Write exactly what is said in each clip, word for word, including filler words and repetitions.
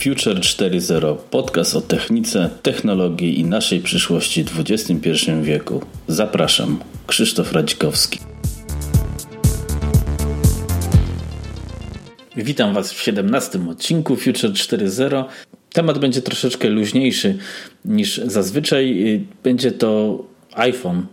Future cztery zero. Podcast o technice, technologii i naszej przyszłości w dwudziestym pierwszym wieku. Zapraszam, Krzysztof Radzikowski. Witam Was w siedemnastym odcinku Future cztery zero. Temat będzie troszeczkę luźniejszy niż zazwyczaj. Będzie to iPhone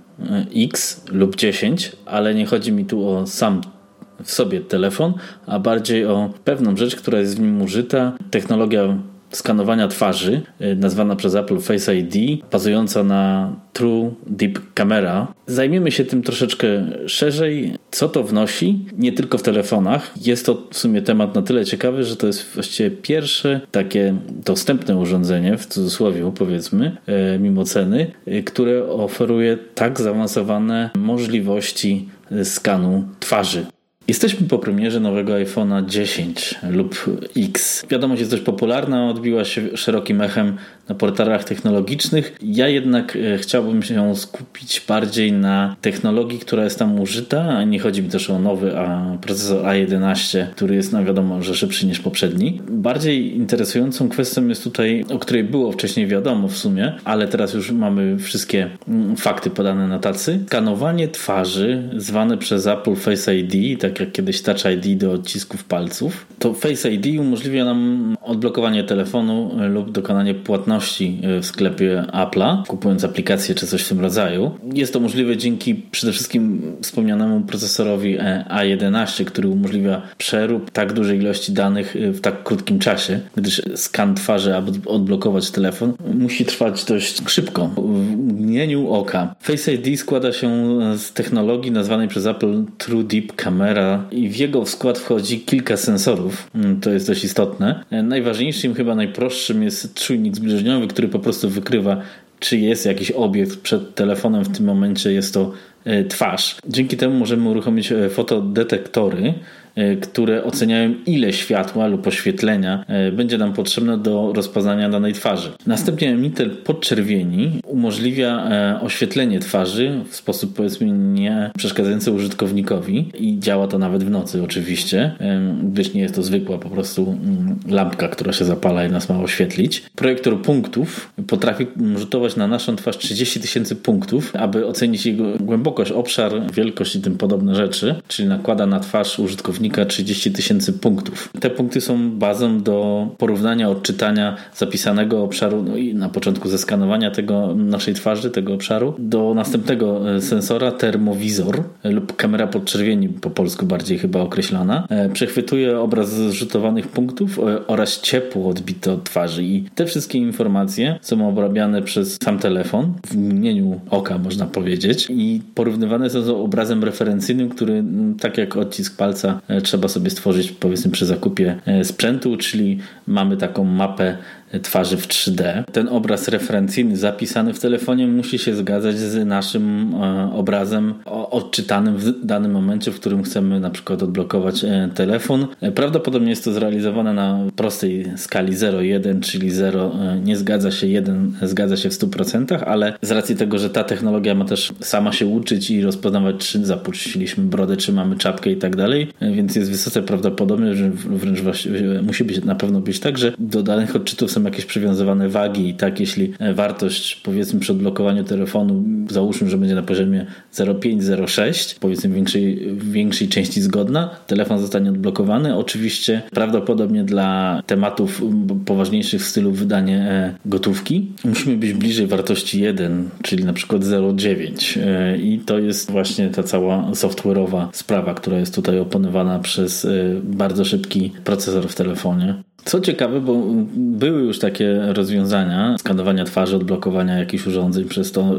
X lub dziesięć, ale nie chodzi mi tu o sam w sobie telefon, a bardziej o pewną rzecz, która jest w nim użyta. Technologia skanowania twarzy, nazwana przez Apple Face I D, bazująca na True Deep Camera. Zajmiemy się tym troszeczkę szerzej, co to wnosi, nie tylko w telefonach. Jest to w sumie temat na tyle ciekawy, że to jest właściwie pierwsze takie dostępne urządzenie, w cudzysłowie powiedzmy, mimo ceny, które oferuje tak zaawansowane możliwości skanu twarzy. Jesteśmy po premierze nowego iPhone'a dziesięć lub X. Wiadomość jest dość popularna, odbiła się szerokim echem na portalach technologicznych. Ja jednak chciałbym się skupić bardziej na technologii, która jest tam użyta. Nie chodzi mi też o nowy a procesor A jedenaście, który jest, no wiadomo, że szybszy niż poprzedni. Bardziej interesującą kwestią jest tutaj, o której było wcześniej wiadomo w sumie, ale teraz już mamy wszystkie fakty podane na tacy. Skanowanie twarzy, zwane przez Apple Face I D, tak jak kiedyś Touch I D do odcisków palców. To Face I D umożliwia nam odblokowanie telefonu lub dokonanie płatności w sklepie Apple'a, kupując aplikację czy coś w tym rodzaju. Jest to możliwe dzięki przede wszystkim wspomnianemu procesorowi A jedenaście, który umożliwia przerób tak dużej ilości danych w tak krótkim czasie, gdyż skan twarzy, aby odblokować telefon, musi trwać dość szybko, w mgnieniu oka. Face I D składa się z technologii nazwanej przez Apple True Deep Camera i w jego skład wchodzi kilka sensorów. To jest dość istotne. Najważniejszym, chyba najprostszym jest czujnik zbliżeniowy, który po prostu wykrywa, czy jest jakiś obiekt przed telefonem. W tym momencie jest to twarz. Dzięki temu możemy uruchomić fotodetektory, które oceniają, ile światła lub oświetlenia będzie nam potrzebne do rozpoznania danej twarzy. Następnie emiter podczerwieni umożliwia oświetlenie twarzy w sposób, powiedzmy, nie przeszkadzający użytkownikowi i działa to nawet w nocy oczywiście, gdyż nie jest to zwykła po prostu lampka, która się zapala i nas ma oświetlić. Projektor punktów potrafi rzutować na naszą twarz trzydzieści tysięcy punktów, aby ocenić jego głębokość, obszar, wielkość i tym podobne rzeczy, czyli nakłada na twarz użytkownika trzydzieści tysięcy punktów. Te punkty są bazą do porównania, odczytania zapisanego obszaru, no i na początku zeskanowania tego naszej twarzy, tego obszaru, do następnego sensora, termowizor lub kamera podczerwieni, po polsku bardziej chyba określana, przechwytuje obraz zrzutowanych punktów oraz ciepło odbite od twarzy i te wszystkie informacje są obrabiane przez sam telefon w mgnieniu oka, można powiedzieć, i porównywane są z obrazem referencyjnym, który tak jak odcisk palca trzeba sobie stworzyć, powiedzmy, przy zakupie sprzętu, czyli mamy taką mapę twarzy w trzy D. Ten obraz referencyjny zapisany w telefonie musi się zgadzać z naszym obrazem odczytanym w danym momencie, w którym chcemy na przykład odblokować telefon. Prawdopodobnie jest to zrealizowane na prostej skali zero jeden, czyli zero nie zgadza się, jeden zgadza się w stu procentach, ale z racji tego, że ta technologia ma też sama się uczyć i rozpoznawać, czy zapuściliśmy brodę, czy mamy czapkę i tak dalej, więc jest wysoce prawdopodobne, że wręcz właściwie musi być na pewno być tak, że do danych odczytów są jakieś przywiązywane wagi i tak, jeśli wartość, powiedzmy, przy odblokowaniu telefonu, załóżmy, że będzie na poziomie zero przecinek pięć zero sześć, powiedzmy w większej, w większej części zgodna, telefon zostanie odblokowany. Oczywiście prawdopodobnie dla tematów poważniejszych w stylu wydanie gotówki musimy być bliżej wartości jeden, czyli na przykład zero przecinek dziewięć i to jest właśnie ta cała software'owa sprawa, która jest tutaj opanowana przez bardzo szybki procesor w telefonie. Co ciekawe, bo były już takie rozwiązania skanowania twarzy, odblokowania jakichś urządzeń przez to,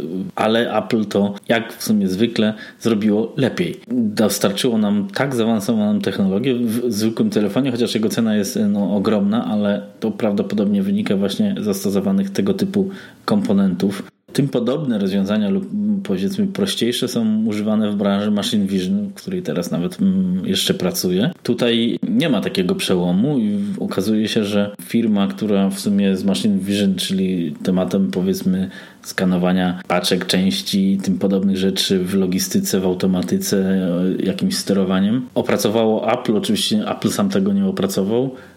ale Apple to, jak w sumie zwykle, zrobiło lepiej. Dostarczyło nam tak zaawansowaną technologię w zwykłym telefonie, chociaż jego cena jest no, ogromna, ale to prawdopodobnie wynika właśnie z zastosowanych tego typu komponentów. Tym podobne rozwiązania lub powiedzmy prościejsze są używane w branży Machine Vision, w której teraz nawet jeszcze pracuję. Tutaj nie ma takiego przełomu i okazuje się, że firma, która w sumie z Machine Vision, czyli tematem powiedzmy skanowania paczek, części i tym podobnych rzeczy w logistyce, w automatyce, jakimś sterowaniem, opracowało Apple. Oczywiście Apple sam tego nie opracował,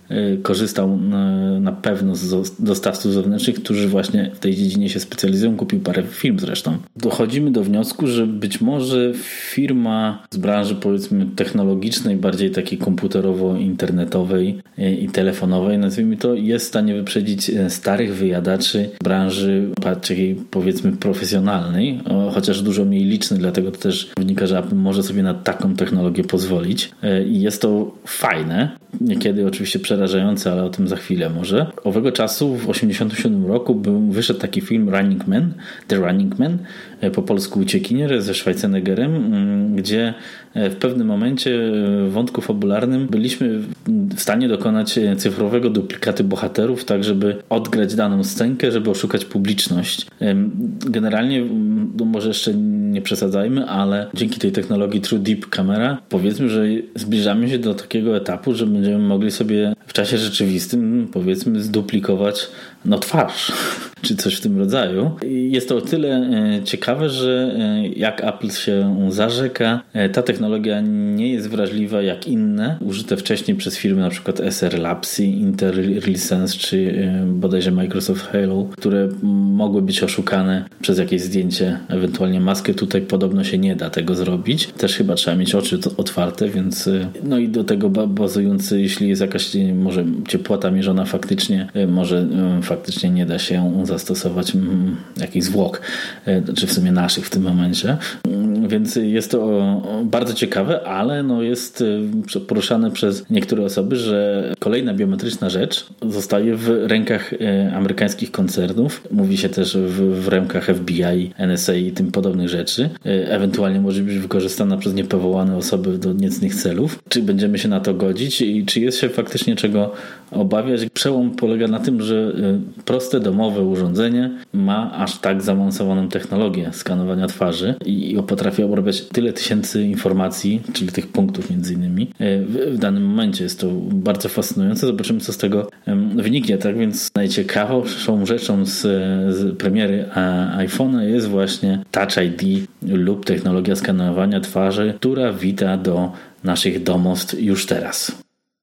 korzystał na pewno z dostawców zewnętrznych, którzy właśnie w tej dziedzinie się specjalizują. Kupił parę firm zresztą. Dochodzimy do wniosku, że być może firma z branży powiedzmy technologicznej, bardziej takiej komputerowo-internetowej i telefonowej, nazwijmy to, jest w stanie wyprzedzić starych wyjadaczy branży takiej powiedzmy profesjonalnej, chociaż dużo mniej liczny, dlatego to też wynika, że Apple może sobie na taką technologię pozwolić i jest to fajne, niekiedy oczywiście przerażające, ale o tym za chwilę może. Owego czasu w osiemdziesiątym siódmym roku był, wyszedł taki film Running Man, The Running Man, po polsku Uciekinier ze Schwarzeneggerem, gdzie w pewnym momencie w wątku fabularnym byliśmy w stanie dokonać cyfrowego duplikaty bohaterów, tak żeby odgrać daną scenkę, żeby oszukać publiczność. Generalnie, no może jeszcze nie przesadzajmy, ale dzięki tej technologii True Deep Camera powiedzmy, że zbliżamy się do takiego etapu, że będziemy mogli sobie w czasie rzeczywistym powiedzmy zduplikować no twarz, czy coś w tym rodzaju. Jest to o tyle ciekawe, że jak Apple się zarzeka, ta technologia nie jest wrażliwa jak inne, użyte wcześniej przez firmy na przykład S R Labs, IntelliSense czy bodajże Microsoft Halo, które mogły być oszukane przez jakieś zdjęcie, ewentualnie maskę. Tutaj podobno się nie da tego zrobić. Też chyba trzeba mieć oczy otwarte, więc no i do tego bazujący, jeśli jest jakaś może ciepłota mierzona faktycznie, może faktycznie nie da się zastosować jakichś zwłok, czy w sumie naszych w tym momencie. Więc jest to bardzo ciekawe, ale no jest poruszane przez niektóre osoby, że kolejna biometryczna rzecz zostaje w rękach amerykańskich koncernów. Mówi się też w, w rękach F B I, N S A i tym podobnych rzeczy. Ewentualnie może być wykorzystana przez niepowołane osoby do niecnych celów. Czy będziemy się na to godzić i czy jest się faktycznie czego obawiać? Przełom polega na tym, że proste domowe urządzenie ma aż tak zaawansowaną technologię skanowania twarzy i potrafi obrabiać tyle tysięcy informacji, czyli tych punktów między innymi w, w danym momencie. Jest to bardzo fascynujące. Zobaczymy, co z tego wyniknie. Tak więc najciekawszą rzeczą z, z premiery iPhone'a jest właśnie Touch I D lub technologia skanowania twarzy, która wita do naszych domostw już teraz.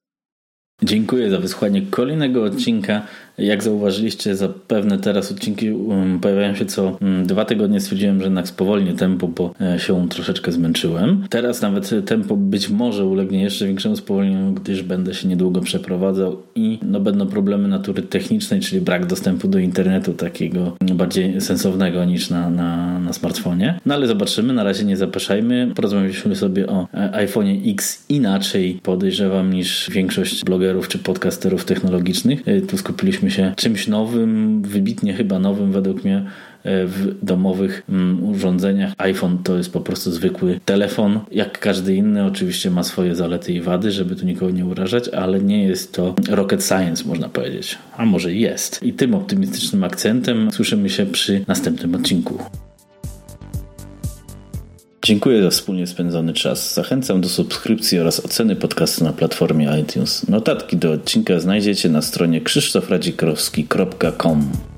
Dziękuję za wysłuchanie kolejnego odcinka. Jak zauważyliście, zapewne teraz odcinki pojawiają się co dwa tygodnie. Stwierdziłem, że jednak spowolnię tempo, bo się troszeczkę zmęczyłem. Teraz nawet tempo być może ulegnie jeszcze większemu spowolnieniu, gdyż będę się niedługo przeprowadzał i no będą problemy natury technicznej, czyli brak dostępu do internetu takiego bardziej sensownego niż na, na, na smartfonie. No ale zobaczymy, na razie nie zapeszajmy. Porozmawialiśmy sobie o iPhone'ie X inaczej, podejrzewam, niż większość blogerów czy podcasterów technologicznych. Tu skupiliśmy się czymś nowym, wybitnie chyba nowym według mnie w domowych urządzeniach. iPhone to jest po prostu zwykły telefon, jak każdy inny. Oczywiście ma swoje zalety i wady, żeby tu nikogo nie urażać, ale nie jest to rocket science, można powiedzieć. A może jest. I tym optymistycznym akcentem słyszymy się przy następnym odcinku. Dziękuję za wspólnie spędzony czas. Zachęcam do subskrypcji oraz oceny podcastu na platformie iTunes. Notatki do odcinka znajdziecie na stronie krzysztof radzikrowski kropka com.